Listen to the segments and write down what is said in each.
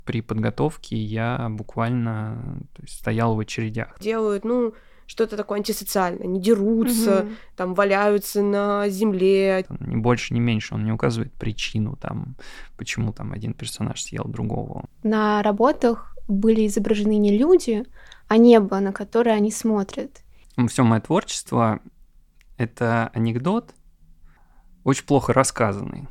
При подготовке я буквально стоял в очередях. Делают, что-то такое антисоциальное, не дерутся, там валяются на земле. Ни больше, ни меньше. Он не указывает причину, почему один персонаж съел другого. На работах были изображены не люди, а небо, на которое они смотрят. Все мое творчество — это анекдот, очень плохо рассказанный.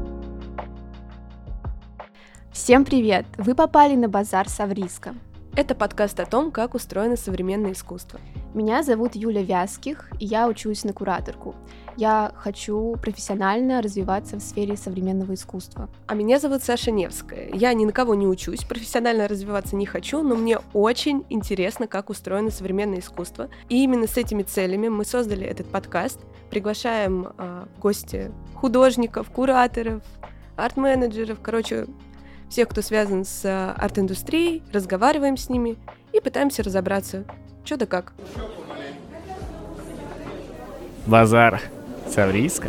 Всем привет! Вы попали на базар Савриска. Это подкаст о том, как устроено современное искусство. Меня зовут Юля Вязких, и я учусь на кураторку. Я хочу профессионально развиваться в сфере современного искусства. А меня зовут Саша Невская. Я ни на кого не учусь, профессионально развиваться не хочу, но мне очень интересно, как устроено современное искусство. И именно с этими целями мы создали этот подкаст. Приглашаем в гости художников, кураторов, арт-менеджеров, всех, кто связан с арт-индустрией, разговариваем с ними и пытаемся разобраться, что да как. Базар Савриска.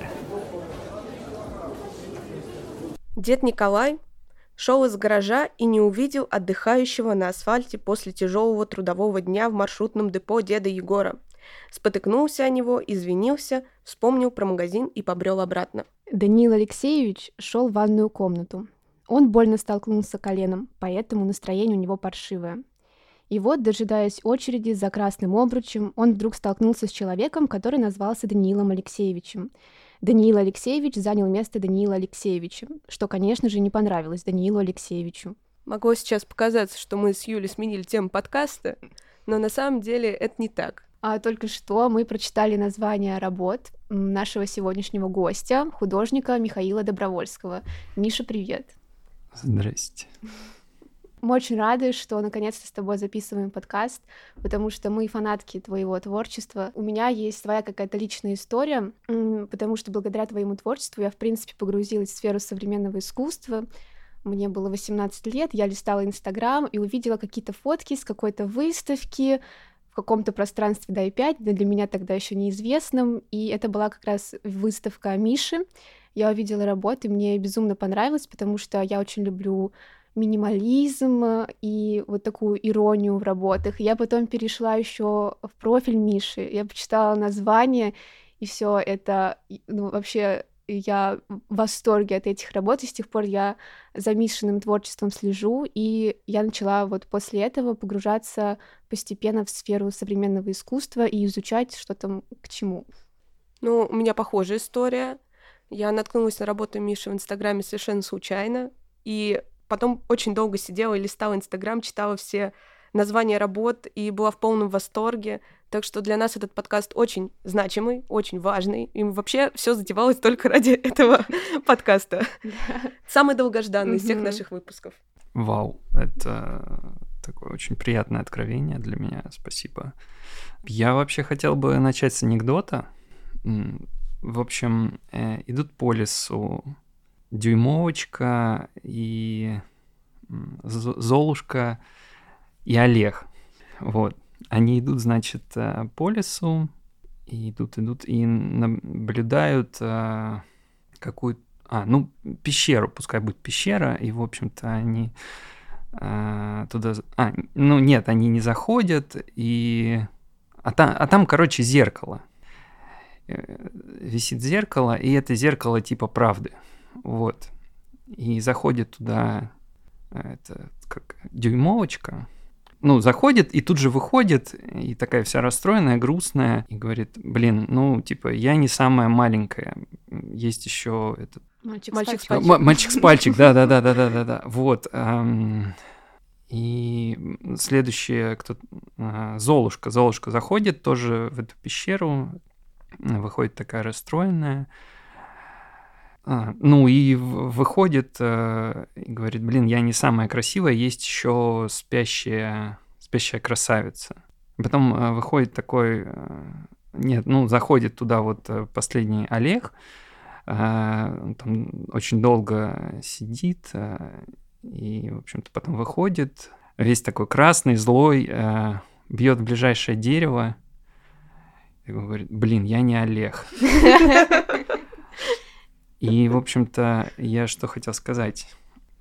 Дед Николай шел из гаража и не увидел отдыхающего на асфальте после тяжелого трудового дня в маршрутном депо деда Егора. Спотыкнулся о него, извинился, вспомнил про магазин и побрел обратно. Даниил Алексеевич шел в ванную комнату. Он больно столкнулся коленом, поэтому настроение у него паршивое. И вот, дожидаясь очереди за красным обручем, он вдруг столкнулся с человеком, который назвался Даниилом Алексеевичем. Даниил Алексеевич занял место Даниила Алексеевича, что, конечно же, не понравилось Даниилу Алексеевичу. Могло сейчас показаться, что мы с Юлей сменили тему подкаста, но на самом деле это не так. А только что мы прочитали название работ нашего сегодняшнего гостя, художника Михаила Добровольского. Миша, привет! Здрасте. Мы очень рады, что наконец-то с тобой записываем подкаст, потому что мы фанатки твоего творчества. У меня есть своя какая-то личная история, потому что благодаря твоему творчеству я, в принципе, погрузилась в сферу современного искусства. Мне было 18 лет, я листала Инстаграм и увидела какие-то фотки с какой-то выставки в каком-то пространстве дай-5, для меня тогда еще неизвестном, и это была как раз выставка Миши. Я увидела работы, мне безумно понравилось, потому что я очень люблю минимализм и вот такую иронию в работах. Я потом перешла еще в профиль Миши, я почитала название, и все это, вообще я в восторге от этих работ, и с тех пор я за Мишиным творчеством слежу, и я начала вот после этого погружаться постепенно в сферу современного искусства и изучать, что там к чему. У меня похожая история. Я наткнулась на работу Миши в Инстаграме совершенно случайно, и потом очень долго сидела и листала Инстаграм, читала все названия работ и была в полном восторге. Так что для нас этот подкаст очень значимый, очень важный. И вообще все затевалось только ради этого подкаста. Самый долгожданный из всех наших выпусков. Вау, это такое очень приятное откровение для меня, спасибо. Я вообще хотел бы начать с анекдота. В общем, идут по лесу Дюймовочка и Золушка и Олег. Вот. Они идут, значит, по лесу, и идут, и наблюдают какую-то... пещеру, пускай будет пещера, и, в общем-то, они туда... нет, они не заходят, А там, короче, зеркало. Висит зеркало, и это зеркало типа правды. Вот. И заходит туда Дюймовочка. Заходит и тут же выходит, и такая вся расстроенная, грустная, и говорит: я не самая маленькая. Есть еще этот... Мальчик с пальчик. Мальчик с пальчик, да. Вот. И следующее, Золушка. Золушка заходит тоже в эту пещеру, выходит такая расстроенная. И выходит и говорит: я не самая красивая, есть еще спящая красавица. Потом выходит такой... заходит туда вот последний Олег, он там очень долго сидит, и, в общем-то, потом выходит, весь такой красный, злой, бьет в ближайшее дерево, и говорит: я не Олег. И, в общем-то, я что хотел сказать.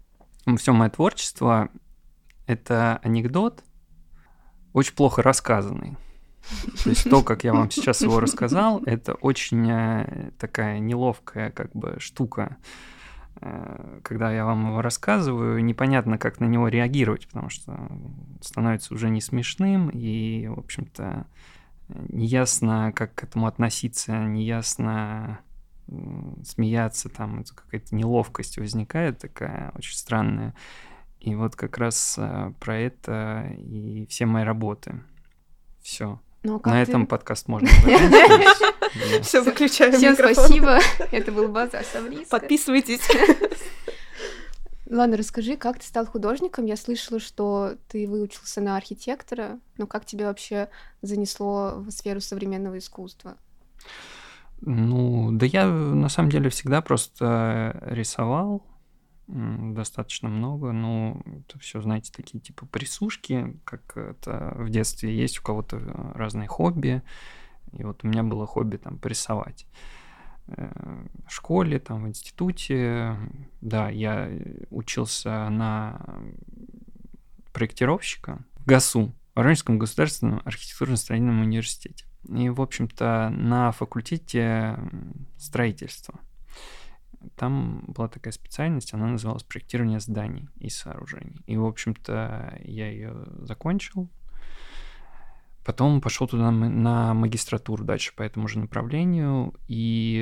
все мое творчество — это анекдот, очень плохо рассказанный. То есть то, как я вам сейчас его рассказал, это очень такая неловкая как бы штука. Когда я вам его рассказываю, непонятно, как на него реагировать, потому что становится уже не смешным, и, в общем-то, неясно, как к этому относиться, неясно смеяться, там какая-то неловкость возникает такая очень странная. И вот как раз про это и все мои работы. Все. На этом подкаст можно заканчивать. Все, выключаем Всем микрофон. спасибо. Это был Базар Саврийска. Подписывайтесь. Ладно, расскажи, как ты стал художником? Я слышала, что ты выучился на архитектора, но как тебя вообще занесло в сферу современного искусства? Ну, да я на самом деле всегда просто рисовал достаточно много. Ну, это все, знаете, такие типа присушки, как это в детстве есть, у кого-то разные хобби. И вот у меня было хобби там порисовать. В школе, там, в институте. Да, я учился на проектировщика в ГАСУ, в Воронежском государственном архитектурно-строительном университете. И, в общем-то, на факультете строительства. Там была такая специальность, она называлась проектирование зданий и сооружений. И, в общем-то, я ее закончил. Потом пошел туда на магистратуру дальше по этому же направлению. И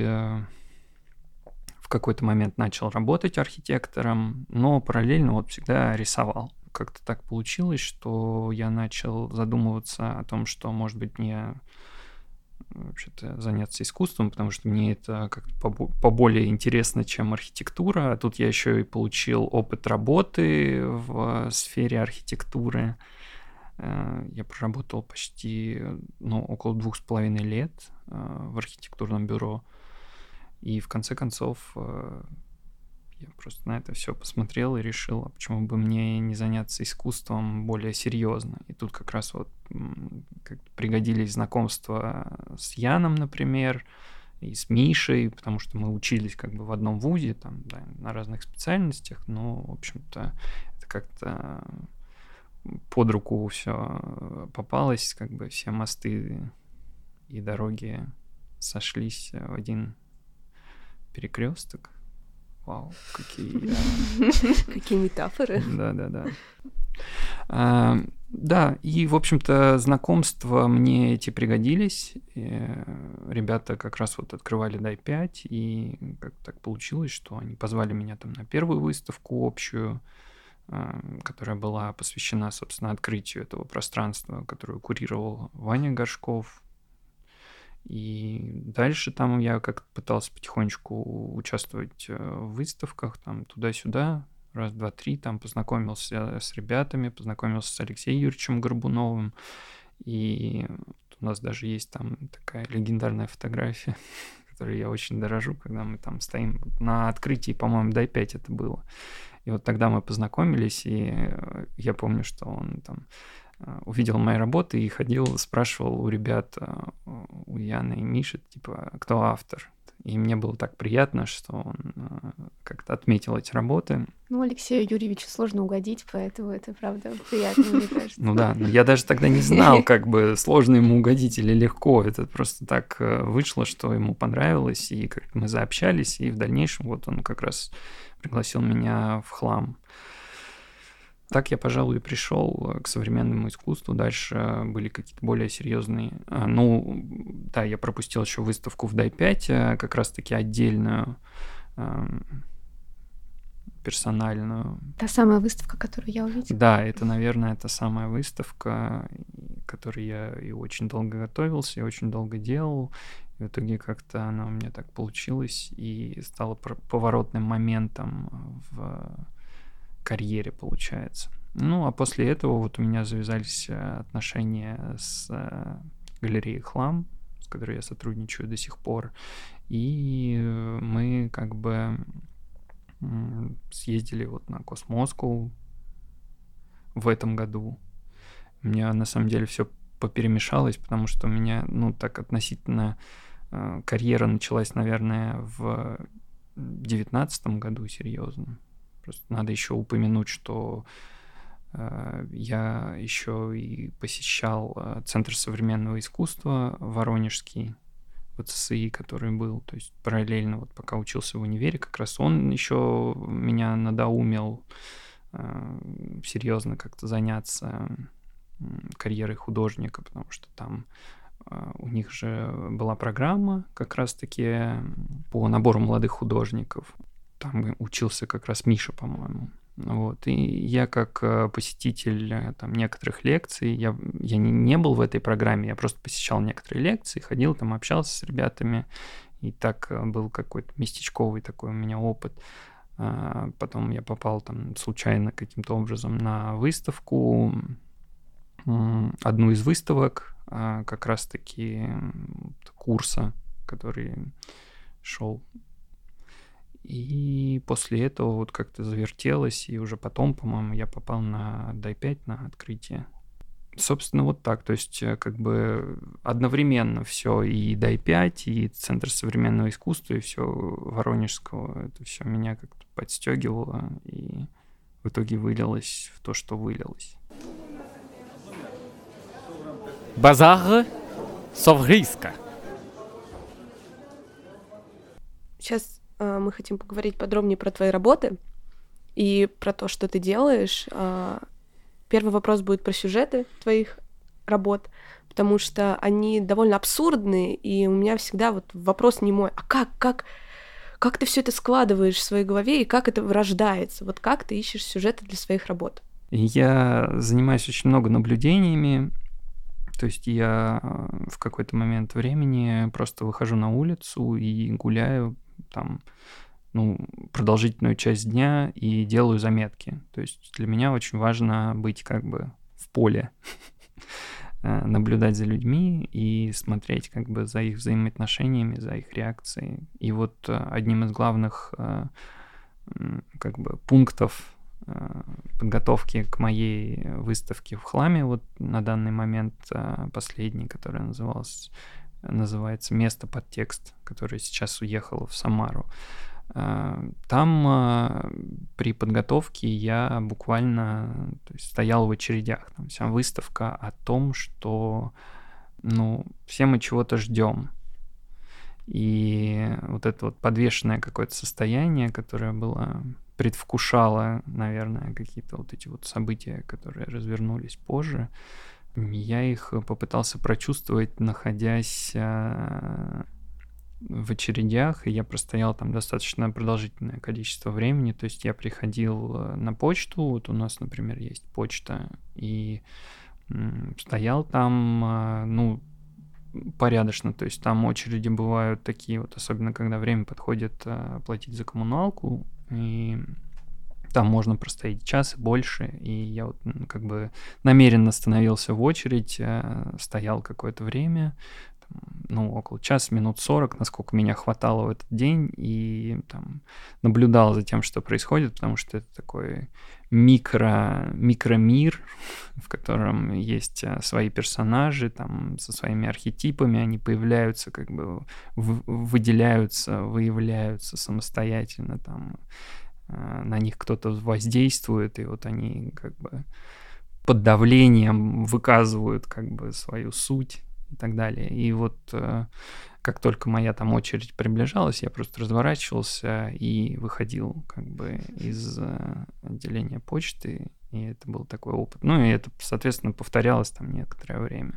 в какой-то момент начал работать архитектором, но параллельно вот всегда рисовал. Как-то так получилось, что я начал задумываться о том, что, может быть, мне вообще-то заняться искусством, потому что мне это как-то поболее интересно, чем архитектура. А тут я еще и получил опыт работы в сфере архитектуры. Я проработал почти, около 2,5 лет в архитектурном бюро. И в конце концов я просто на это все посмотрел и решил, а почему бы мне не заняться искусством более серьезно. И тут как раз вот пригодились знакомства с Яном, например, и с Мишей, потому что мы учились как бы в одном вузе, там, да, на разных специальностях, но, в общем-то, это как-то под руку все попалось, как бы все мосты и дороги сошлись в один перекресток. Вау, Какие метафоры. Да. Да, и, в общем-то, знакомства мне эти пригодились. Ребята как раз вот открывали Дай 5, и как так получилось, что они позвали меня там на первую выставку общую, которая была посвящена, собственно, открытию этого пространства, которую курировал Ваня Горшков. И дальше там я как-то пытался потихонечку участвовать в выставках, там туда-сюда, раз, два, три, там познакомился с ребятами, познакомился с Алексеем Юрьевичем Горбуновым, и у нас даже есть там такая легендарная фотография, которой я очень дорожу, когда мы там стоим на открытии, по-моему, Дай 5 это было. И вот тогда мы познакомились, и я помню, что он там увидел мои работы и ходил, спрашивал у ребят, у Яны и Миши, типа, кто автор. И мне было так приятно, что он как-то отметил эти работы. Ну, Алексею Юрьевичу сложно угодить, поэтому это, правда, приятно, мне кажется. Ну да, но я даже тогда не знал, как бы сложно ему угодить или легко. Это просто так вышло, что ему понравилось, и как мы заобщались, и в дальнейшем вот он как раз пригласил меня в хлам. Так я, пожалуй, и пришел к современному искусству. Дальше были какие-то более серьезные. Да, я пропустил еще выставку в Дай 5, как раз-таки отдельную, персональную. Та самая выставка, которую я увидела. Да, это, наверное, та самая выставка, к которой я и очень долго готовился, и очень долго делал. И в итоге как-то она у меня так получилась и стала поворотным моментом в карьере, получается. Ну, а после этого вот у меня завязались отношения с галереей «Хлам», с которой я сотрудничаю до сих пор. И мы как бы съездили вот на Космоску в этом году. У меня на самом деле все поперемешалось, потому что у меня, так относительно карьера началась, наверное, в 2019 году серьезно. Просто надо еще упомянуть, что я еще и посещал Центр современного искусства Воронежский, ВЦСИ, который был, то есть параллельно, вот пока учился в универе, как раз он еще меня надоумил серьезно как-то заняться карьерой художника, потому что там у них же была программа как раз-таки по набору молодых художников. Там учился как раз Миша, по-моему. Вот. И я как посетитель там некоторых лекций, я не был в этой программе, я просто посещал некоторые лекции, ходил там, общался с ребятами, и так был какой-то местечковый такой у меня опыт. Потом я попал там случайно каким-то образом на выставку, одну из выставок как раз-таки курса, который шел. И после этого вот как-то завертелось, и уже потом, по-моему, я попал на DAI-5, на открытие. Собственно, вот так. То есть как бы одновременно все и DAI-5, и Центр современного искусства, и все Воронежского, это все меня как-то подстегивало, и в итоге вылилось в то, что вылилось. Базар Совриска. Сейчас мы хотим поговорить подробнее про твои работы и про то, что ты делаешь. Первый вопрос будет про сюжеты твоих работ, потому что они довольно абсурдные, и у меня всегда вот вопрос не мой, а как ты все это складываешь в своей голове, и как это вырождается? Вот как ты ищешь сюжеты для своих работ? Я занимаюсь очень много наблюдениями. То есть я в какой-то момент времени просто выхожу на улицу и гуляю там, продолжительную часть дня и делаю заметки. То есть для меня очень важно быть как бы в поле, наблюдать за людьми и смотреть как бы за их взаимоотношениями, за их реакцией. И вот одним из главных как бы пунктов подготовки к моей выставке в хламе вот на данный момент последний, который называется «Место под текст», который сейчас уехал в Самару. Там при подготовке я буквально стоял в очередях. Там вся выставка о том, что все мы чего-то ждем. И вот это вот подвешенное какое-то состояние, которое было предвкушало, наверное, какие-то вот эти вот события, которые развернулись позже, я их попытался прочувствовать, находясь в очередях, и я простоял там достаточно продолжительное количество времени, то есть я приходил на почту, вот у нас, например, есть почта, и стоял там, порядочно, то есть там очереди бывают такие вот, особенно когда время подходит платить за коммуналку, и там можно простоять час и больше, и я вот как бы намеренно становился в очередь, стоял какое-то время, около часа, минут 40, насколько меня хватало в этот день, и там наблюдал за тем, что происходит, потому что это такой микромир, в котором есть свои персонажи, там со своими архетипами, они появляются, как бы выделяются, выявляются самостоятельно, там на них кто-то воздействует, и вот они как бы под давлением выказывают как бы свою суть и так далее. И вот как только моя там очередь приближалась, я просто разворачивался и выходил как бы из отделения почты, и это был такой опыт. И это, соответственно, повторялось там некоторое время.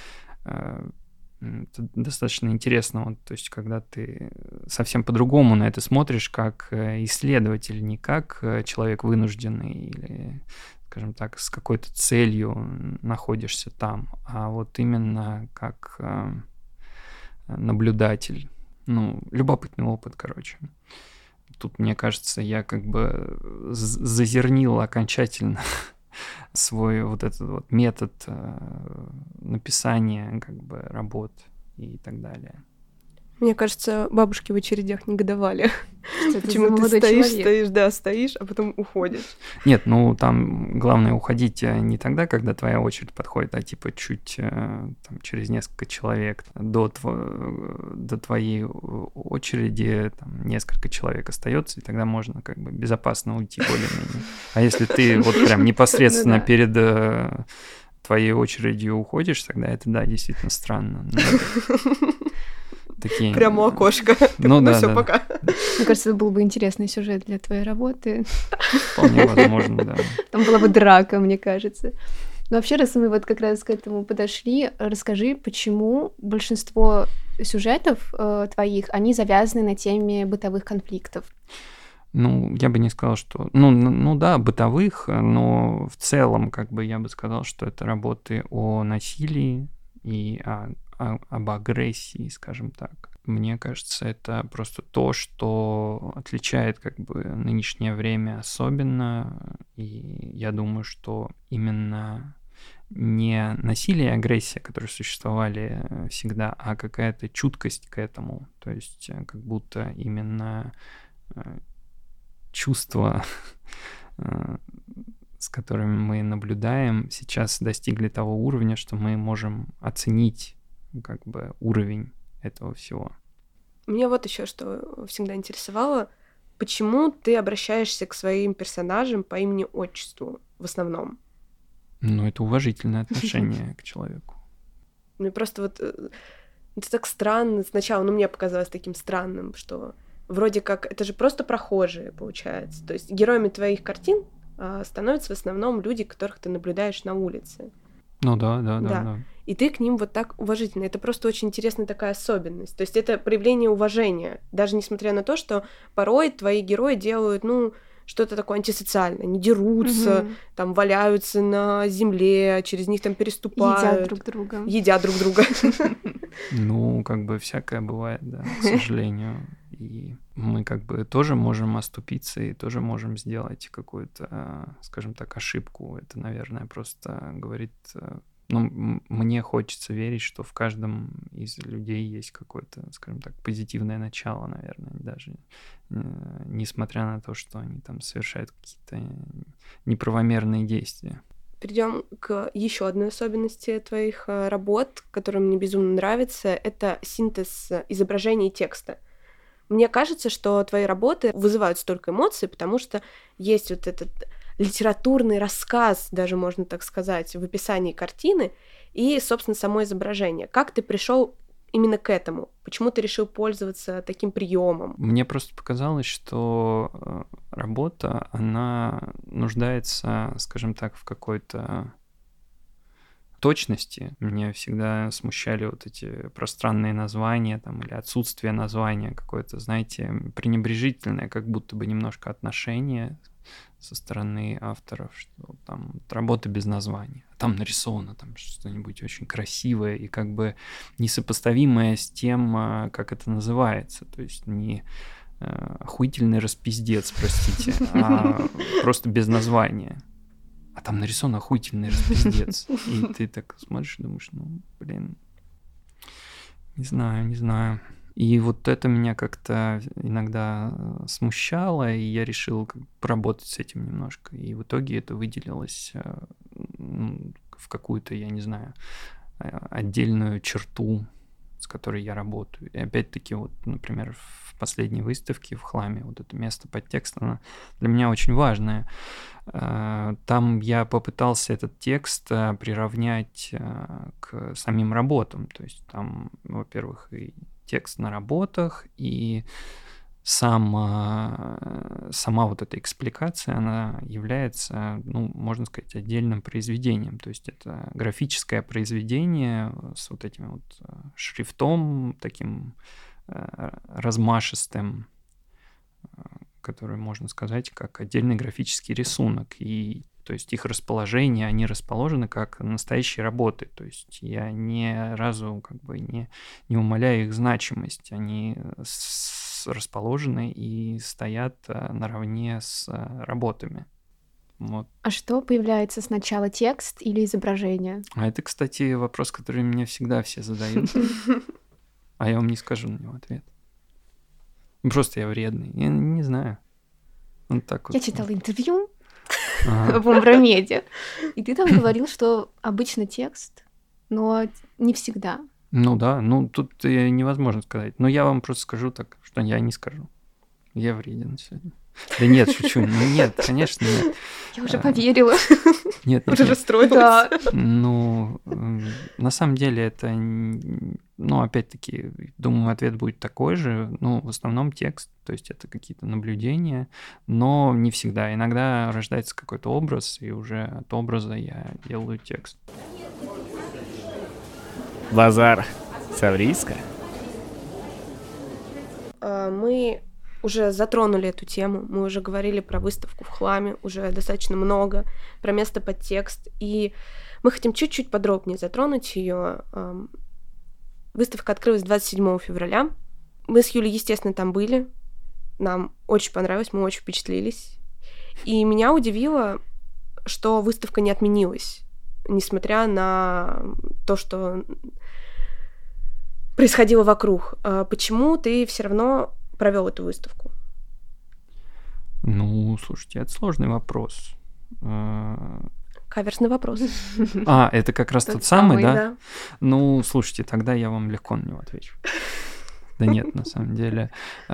Это достаточно интересно, вот, то есть когда ты совсем по-другому на это смотришь, как исследователь, не как человек вынужденный или, скажем так, с какой-то целью находишься там, а вот именно как наблюдатель. Любопытный опыт, короче. Тут, мне кажется, я как бы зазернил окончательно свой вот этот вот метод написания как бы работ и так далее. Мне кажется, бабушки в очередях негодовали. Что это Почему за ты молодой человек? стоишь, а потом уходишь. Нет, ну там главное уходить не тогда, когда твоя очередь подходит, а типа чуть там, через несколько человек до твоей очереди там, несколько человек остается, и тогда можно как бы безопасно уйти более-менее. А если ты вот прям непосредственно перед твоей очередью уходишь, тогда это, да, действительно странно. Такие... Прямо у окошка. Ну да, всё, да. пока. Мне кажется, это был бы интересный сюжет для твоей работы. Вполне возможно, да. Там была бы драка, мне кажется. Но вообще, раз мы вот как раз к этому подошли, расскажи, почему большинство сюжетов твоих, они завязаны на теме бытовых конфликтов? Ну, я бы не сказал, что... Ну да, бытовых, но в целом, как бы, я бы сказал, что это работы о насилии и об агрессии, скажем так. Мне кажется, это просто то, что отличает как бы нынешнее время особенно. И я думаю, что именно не насилие и агрессия, которые существовали всегда, а какая-то чуткость к этому. То есть как будто именно чувства, с которыми мы наблюдаем, сейчас достигли того уровня, что мы можем оценить как бы уровень этого всего. Меня вот еще что всегда интересовало. Почему ты обращаешься к своим персонажам по имени-отчеству в основном? Ну, это уважительное отношение к человеку. Мне просто вот... Это так странно. Сначала, мне показалось таким странным, что вроде как... Это же просто прохожие, получается. То есть героями твоих картин становятся в основном люди, которых ты наблюдаешь на улице. Ну да. И ты к ним вот так уважительно. Это просто очень интересная такая особенность. То есть это проявление уважения. Даже несмотря на то, что порой твои герои делают, что-то такое антисоциальное. Не дерутся, там валяются на земле, через них там переступают. Едят друг друга. Ну, как бы всякое бывает, да, к сожалению. И мы как бы тоже можем оступиться и тоже можем сделать какую-то, скажем так, ошибку. Это, наверное, просто говорит... мне хочется верить, что в каждом из людей есть какое-то, скажем так, позитивное начало, наверное, даже несмотря на то, что они там совершают какие-то неправомерные действия. Перейдем к еще одной особенности твоих работ, которая мне безумно нравится. Это синтез изображения и текста. Мне кажется, что твои работы вызывают столько эмоций, потому что есть вот этот литературный рассказ, даже можно так сказать, в описании картины и, собственно, само изображение. Как ты пришел именно к этому? Почему ты решил пользоваться таким приемом? Мне просто показалось, что работа, она нуждается, скажем так, в какой-то точности. Меня всегда смущали вот эти пространные названия там, или отсутствие названия какое-то, знаете, пренебрежительное, как будто бы немножко отношение со стороны авторов, что там работа без названия. А там нарисовано там что-нибудь очень красивое и как бы несопоставимое с тем, как это называется. То есть не охуительный распиздец, простите, а просто без названия. А там нарисован охуительный распиздец. И ты так смотришь и думаешь, не знаю. И вот это меня как-то иногда смущало, и я решил поработать с этим немножко. И в итоге это выделилось в какую-то, я не знаю, отдельную черту, с которой я работаю. И опять-таки, вот, например, в последней выставке в хламе вот это место подтекста, оно для меня очень важное. Там я попытался этот текст приравнять к самим работам. То есть там, во-первых, и текст на работах, и сама вот эта экспликация, она является, можно сказать, отдельным произведением. То есть это графическое произведение с вот этим вот шрифтом таким размашистым, который можно сказать как отдельный графический рисунок. И то есть их расположение, они расположены как настоящие работы. То есть я ни разу как бы не умаляю их значимость. Они расположены и стоят наравне с работами. Вот. А что появляется сначала, текст или изображение? А это, кстати, вопрос, который мне всегда все задают. а я вам не скажу на него ответ. Просто я вредный. Я не знаю. Вот так вот. Я читала интервью Ага. в Умбромеде, и ты там говорил, что обычно текст, но не всегда. Ну да, ну тут невозможно сказать. Но я вам просто скажу так, что я не скажу. Я вреден сегодня. Да нет, шучу. Ну нет, конечно, нет. Я уже поверила. Нет, Уже нет. расстроилась. Да. Ну, на самом деле это, ну, опять-таки, думаю, ответ будет такой же. Ну, в основном текст, то есть это какие-то наблюдения, но не всегда. Иногда рождается какой-то образ, и уже от образа я делаю текст. Базар Саврийска. Мы уже затронули эту тему, мы уже говорили про выставку в хламе, уже достаточно много, про место под текст, и мы хотим чуть-чуть подробнее затронуть ее. Выставка открылась 27 февраля. Мы с Юлей, естественно, там были, нам очень понравилось, мы очень впечатлились. И меня удивило, что выставка не отменилась, несмотря на то, что происходило вокруг. Почему ты все равно провел эту выставку? Ну, слушайте, это сложный вопрос. Каверсный вопрос. Это как раз тот самый, да? Да. Ну, слушайте, тогда я вам легко на него отвечу. Да нет, на самом деле.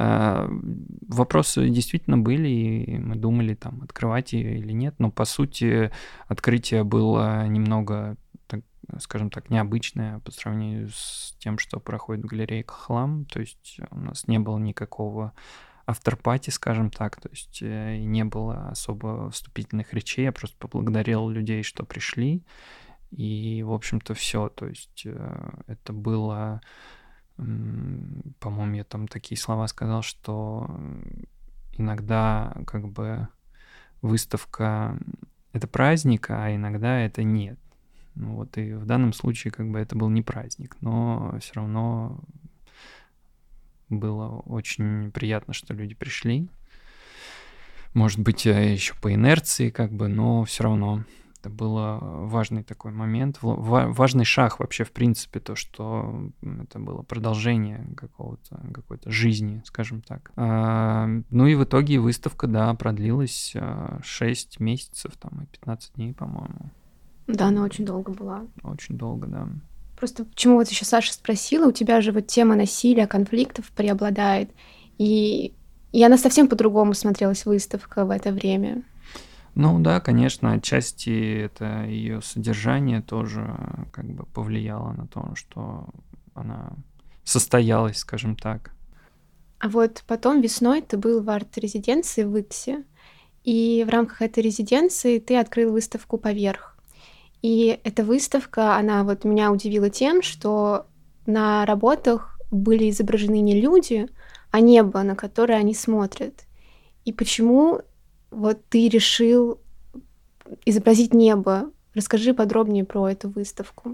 Вопросы действительно были, и мы думали, там, открывать ее или нет, но, по сути, открытие было немного, скажем так, необычное по сравнению с тем, что проходит в галерее «Хлам». То есть у нас не было никакого автор-пати, скажем так, то есть и не было особо вступительных речей, я просто поблагодарил людей, что пришли, и, в общем-то, все. То есть это было, по-моему, я там такие слова сказал, что иногда как бы выставка — это праздник, а иногда это нет. Ну вот и в данном случае как бы это был не праздник, но все равно было очень приятно, что люди пришли. Может быть, еще по инерции как бы, но все равно это был важный такой момент, важный шаг вообще в принципе, то, что это было продолжение какой-то жизни, скажем так. Ну и в итоге выставка, да, продлилась 6 месяцев, там, и 15 дней, по-моему. Да, она очень долго была. Очень долго, да. Просто почему вот еще Саша спросила, у тебя же вот тема насилия, конфликтов преобладает, и она совсем по-другому смотрелась выставка в это время. Ну да, конечно, отчасти это ее содержание тоже как бы повлияло на то, что она состоялась, скажем так. А вот потом весной ты был в арт-резиденции в Иксе, и в рамках этой резиденции ты открыл выставку «Поверх». И эта выставка, она вот меня удивила тем, что на работах были изображены не люди, а небо, на которое они смотрят. И почему вот ты решил изобразить небо? Расскажи подробнее про эту выставку.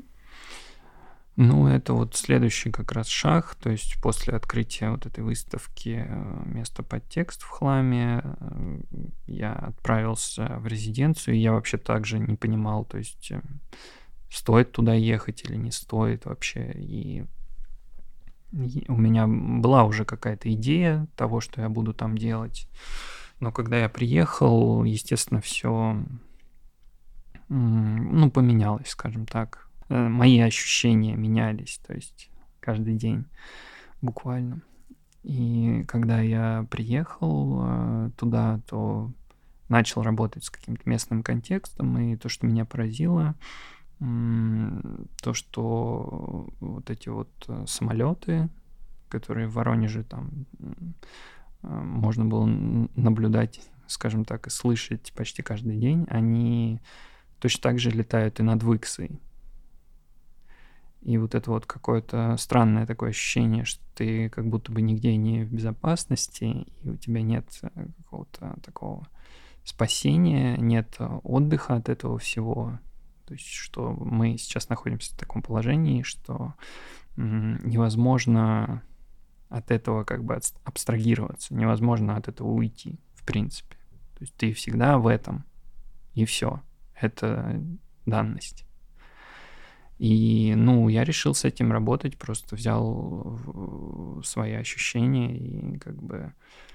Ну, это вот следующий как раз шаг, то есть после открытия вот этой выставки «Место под текст» в хламе я отправился в резиденцию, и я вообще также не понимал, то есть стоит туда ехать или не стоит вообще, и у меня была уже какая-то идея того, что я буду там делать, но когда я приехал, естественно, все поменялось, скажем так. Мои ощущения менялись, то есть каждый день буквально. И когда я приехал туда, то начал работать с каким-то местным контекстом, и то, что меня поразило, то, что вот эти вот самолеты, которые в Воронеже там можно было наблюдать, скажем так, и слышать почти каждый день, они точно так же летают и над Выксой. И вот это вот какое-то странное такое ощущение, что ты как будто бы нигде не в безопасности, и у тебя нет какого-то такого спасения, нет отдыха от этого всего. То есть, что мы сейчас находимся в таком положении, что невозможно от этого как бы абстрагироваться, невозможно от этого уйти, в принципе. То есть ты всегда в этом, и все. Это данность. И, я решил с этим работать, просто взял свои ощущения и как бы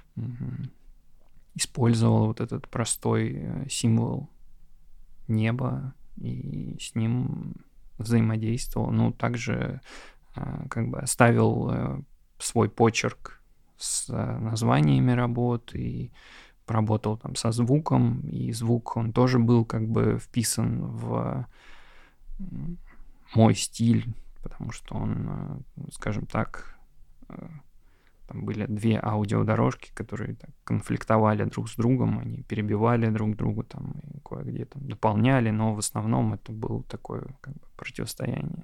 использовал вот этот простой символ неба и с ним взаимодействовал. Также как бы оставил свой почерк с названиями работ и поработал там со звуком, и звук, он тоже был как бы вписан в мой стиль, потому что он, скажем так, там были 2 аудиодорожки, которые так конфликтовали друг с другом, они перебивали друг друга, там, и кое-где там дополняли, но в основном это было такое как бы противостояние.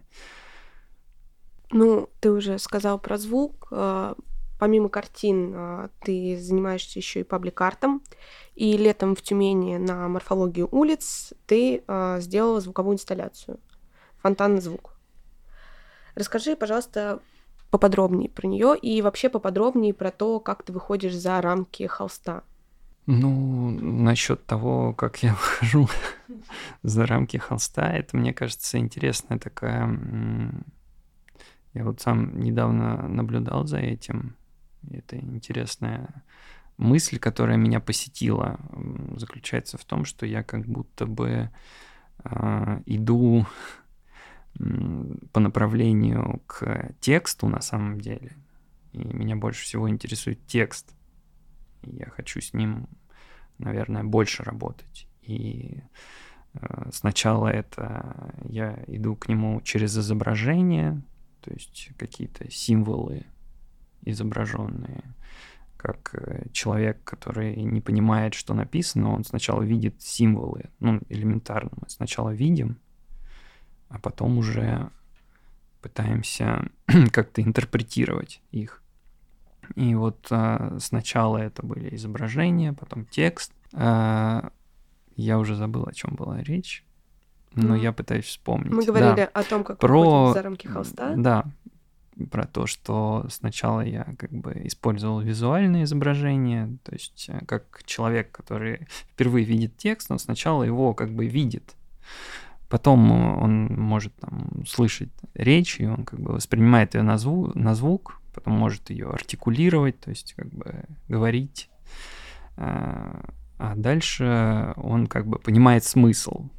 Ты уже сказал про звук. Помимо картин, ты занимаешься еще и паблик-артом. И летом в Тюмени на морфологию улиц ты сделала звуковую инсталляцию «Фонтанный звук». Расскажи, пожалуйста, поподробнее про нее и вообще поподробнее про то, как ты выходишь за рамки холста. Насчет того, как я выхожу за рамки холста, это, мне кажется, интересная такая... Я вот сам недавно наблюдал за этим. Это интересная мысль, которая меня посетила, заключается в том, что я как будто бы иду по направлению к тексту на самом деле. И меня больше всего интересует текст. И я хочу с ним, наверное, больше работать. И сначала это я иду к нему через изображение, то есть какие-то символы изображенные, как человек, который не понимает, что написано, он сначала видит символы, элементарно мы сначала видим, а потом уже пытаемся как-то интерпретировать их. И вот сначала это были изображения, потом текст. Я уже забыл, о чем была речь, но я пытаюсь вспомнить. Мы говорили о том, как выходим за рамки холста. Да, про то, что сначала я как бы использовал визуальное изображение, то есть как человек, который впервые видит текст, он сначала его как бы видит. Потом он может там слышать речь, и он как бы воспринимает ее на звук, потом может ее артикулировать, то есть как бы говорить. А дальше он как бы понимает смысл.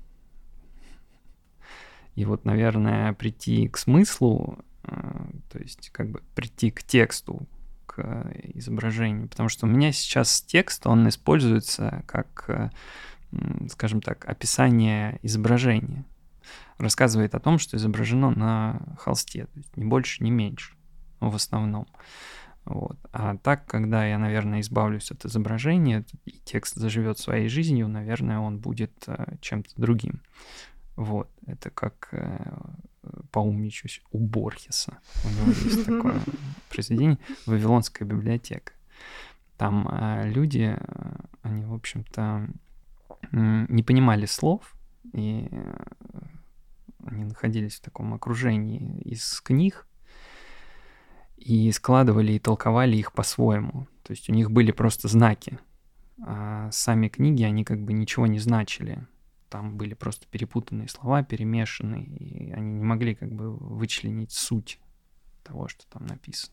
И вот, наверное, прийти к смыслу, то есть как бы прийти к тексту, к изображению, потому что у меня сейчас текст, он используется как, скажем так, описание изображения. Рассказывает о том, что изображено на холсте, то есть ни больше, ни меньше, в основном. Вот. А так, когда я, наверное, избавлюсь от изображения, и текст заживет своей жизнью, наверное, он будет чем-то другим. Вот. Это как поумничаюсь у Борхеса. У него есть такое произведение «Вавилонская библиотека». Там люди, они, в общем-то, не понимали слов, и они находились в таком окружении из книг, и складывали и толковали их по-своему. То есть у них были просто знаки, а сами книги, они как бы ничего не значили. Там были просто перепутанные слова, перемешанные, и они не могли как бы вычленить суть того, что там написано.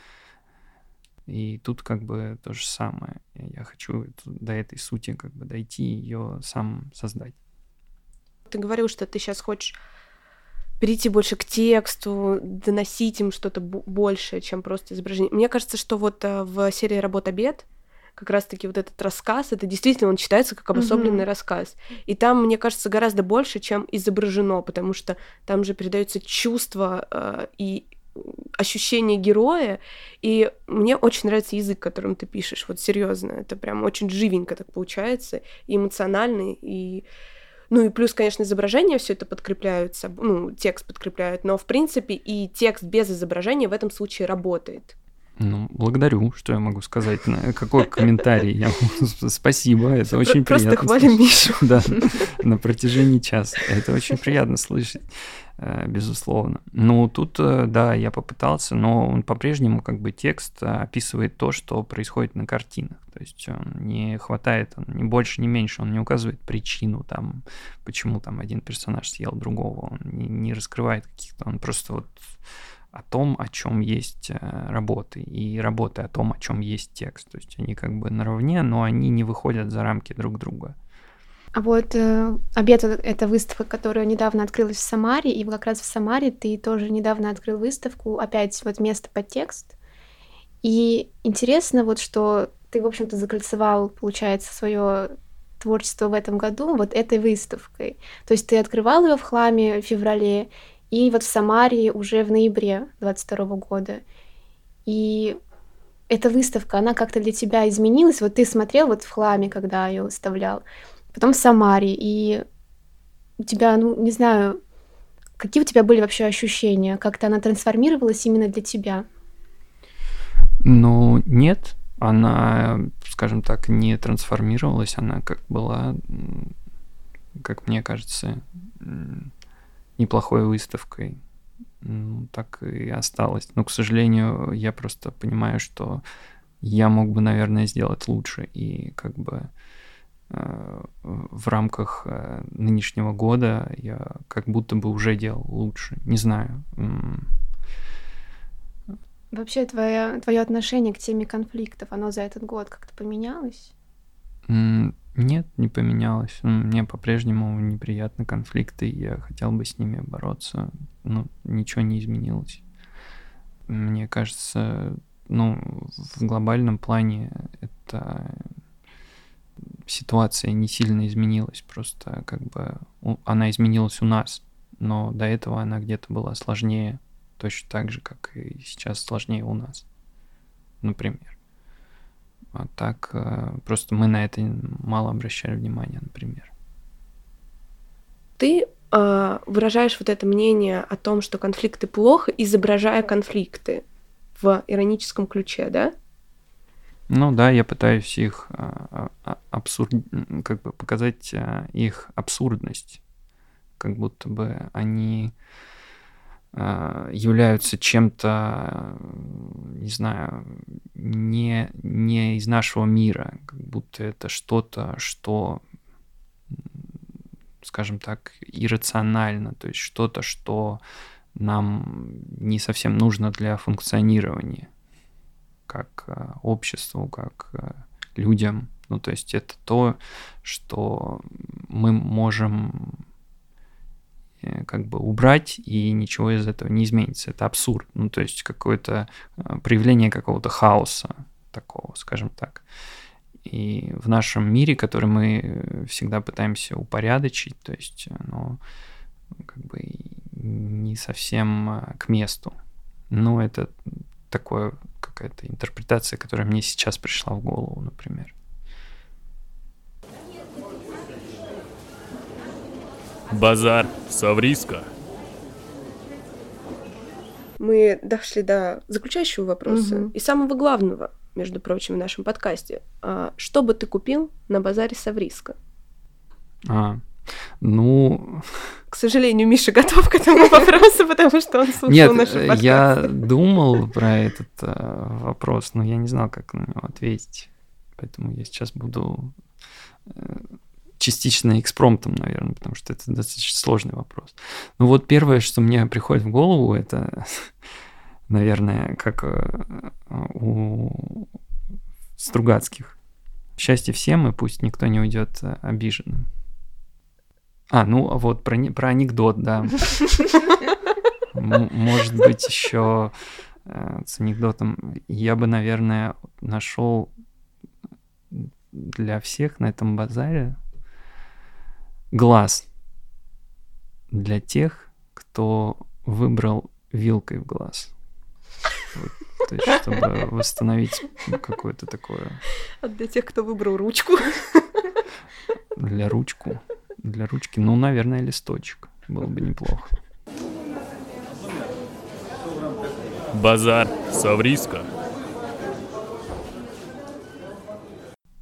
И тут как бы то же самое. Я хочу до этой сути как бы дойти и ее сам создать. Ты говорил, что ты сейчас хочешь перейти больше к тексту, доносить им что-то большее, чем просто изображение. Мне кажется, что вот в серии «Работа обед» как раз-таки вот этот рассказ, это действительно он читается как обособленный рассказ. И там, мне кажется, гораздо больше, чем изображено, потому что там же передаются чувства и ощущения героя, и мне очень нравится язык, которым ты пишешь, вот серьезно, это прям очень живенько так получается, и эмоционально, и плюс, конечно, изображения все это подкрепляются, текст подкрепляют, но, в принципе, и текст без изображения в этом случае работает. Ну, благодарю, что я могу сказать. Какой комментарий? Спасибо, это очень приятно. Просто хвалим Мишу. Да, на протяжении часа. Это очень приятно слышать, безусловно. Ну, тут, да, я попытался, но он по-прежнему как бы текст описывает то, что происходит на картинах. То есть он не хватает, он ни больше, ни меньше, он не указывает причину, там, почему там один персонаж съел другого, он не раскрывает каких-то, он просто вот о том, о чем есть работы, и работы о том, о чем есть текст. То есть они как бы наравне, но они не выходят за рамки друг друга. А вот «Обед» — это выставка, которая недавно открылась в Самаре, и как раз в Самаре ты тоже недавно открыл выставку, опять вот «Место под текст». И интересно вот, что ты, в общем-то, закольцевал, получается, свое творчество в этом году вот этой выставкой. То есть ты открывал ее в Хламе в феврале, и вот в Самаре уже в ноябре 2022 года. И эта выставка, она как-то для тебя изменилась? Вот ты смотрел вот в Хламе, когда ее выставлял, потом в Самаре, и у тебя, ну, не знаю, какие у тебя были вообще ощущения? Как-то она трансформировалась именно для тебя? Ну, нет, она, скажем так, не трансформировалась, она как была, как мне кажется, неплохой выставкой, так и осталось. Но, к сожалению, я просто понимаю, что я мог бы, наверное, сделать лучше, и как бы в рамках нынешнего года я как будто бы уже делал лучше. Не знаю. Вообще твое отношение к теме конфликтов, оно за этот год как-то поменялось? Нет, не поменялось. Мне по-прежнему неприятны конфликты, и я хотел бы с ними бороться. Ну, ничего не изменилось. Мне кажется, ну, в глобальном плане эта ситуация не сильно изменилась. Просто как бы она изменилась у нас, но до этого она где-то была сложнее, точно так же, как и сейчас сложнее у нас, например. А так просто мы на это мало обращали внимания, например. Ты выражаешь вот это мнение о том, что конфликты плохо, изображая конфликты в ироническом ключе, да? Ну да, я пытаюсь их как бы показать их абсурдность, как будто бы они являются чем-то, не знаю, не из нашего мира, как будто это что-то, что, скажем так, иррационально, то есть что-то, что нам не совсем нужно для функционирования как обществу, как людям. Ну, то есть это то, что мы можем как бы убрать, и ничего из этого не изменится. Это абсурд. Ну, то есть какое-то проявление какого-то хаоса такого, скажем так. И в нашем мире, который мы всегда пытаемся упорядочить, то есть оно как бы не совсем к месту. Но это такое какая-то интерпретация, которая мне сейчас пришла в голову, например. Базар Савриска. Мы дошли до заключающего вопроса и самого главного, между прочим, в нашем подкасте. Что бы ты купил на базаре Савриска? Ну... К сожалению, Миша готов к этому вопросу, потому что он слушал наши подкасты. Нет, я думал про этот вопрос, но я не знал, как на него ответить. Поэтому я сейчас буду частично экспромтом, наверное, потому что это достаточно сложный вопрос. Ну вот первое, что мне приходит в голову, это, наверное, как у Стругацких. Счастье всем, и пусть никто не уйдет обиженным. Ну вот про анекдот, да. Может быть, еще с анекдотом я бы, наверное, нашел для всех на этом базаре глаз для тех, кто выбрал вилкой в глаз. Вот, то есть, чтобы восстановить какое-то такое... А для тех, кто выбрал ручку? Для ручки, ну, наверное, листочек. Было бы неплохо. Базар Савриска.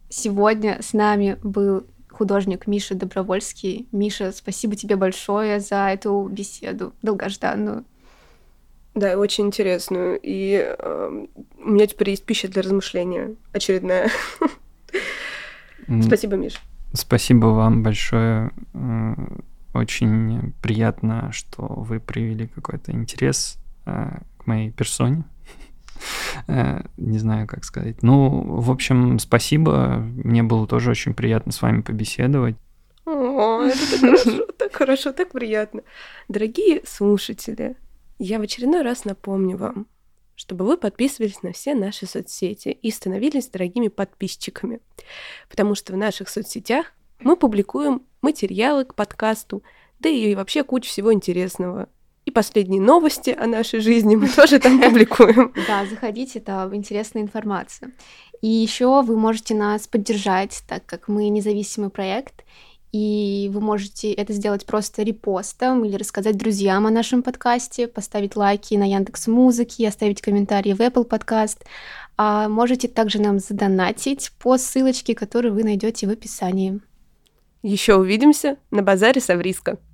Сегодня с нами был художник Миша Добровольский. Миша, спасибо тебе большое за эту беседу долгожданную. Да, очень интересную. И у меня теперь есть пища для размышления очередная. Спасибо, Миш. Спасибо вам большое. Очень приятно, что вы проявили какой-то интерес к моей персоне. Не знаю, как сказать. Ну, в общем, спасибо. Мне было тоже очень приятно с вами побеседовать. О, это так хорошо, так приятно. Дорогие слушатели, я в очередной раз напомню вам, чтобы вы подписывались на все наши соцсети и становились дорогими подписчиками. Потому что в наших соцсетях мы публикуем материалы к подкасту, да и вообще кучу всего интересного. И последние новости о нашей жизни мы тоже там публикуем. Да, заходите, там интересная информация. И еще вы можете нас поддержать, так как мы независимый проект, и вы можете это сделать просто репостом или рассказать друзьям о нашем подкасте, поставить лайки на Яндекс.Музыке, оставить комментарии в Apple Podcast. А можете также нам задонатить по ссылочке, которую вы найдете в описании. Еще увидимся на базаре Савриска.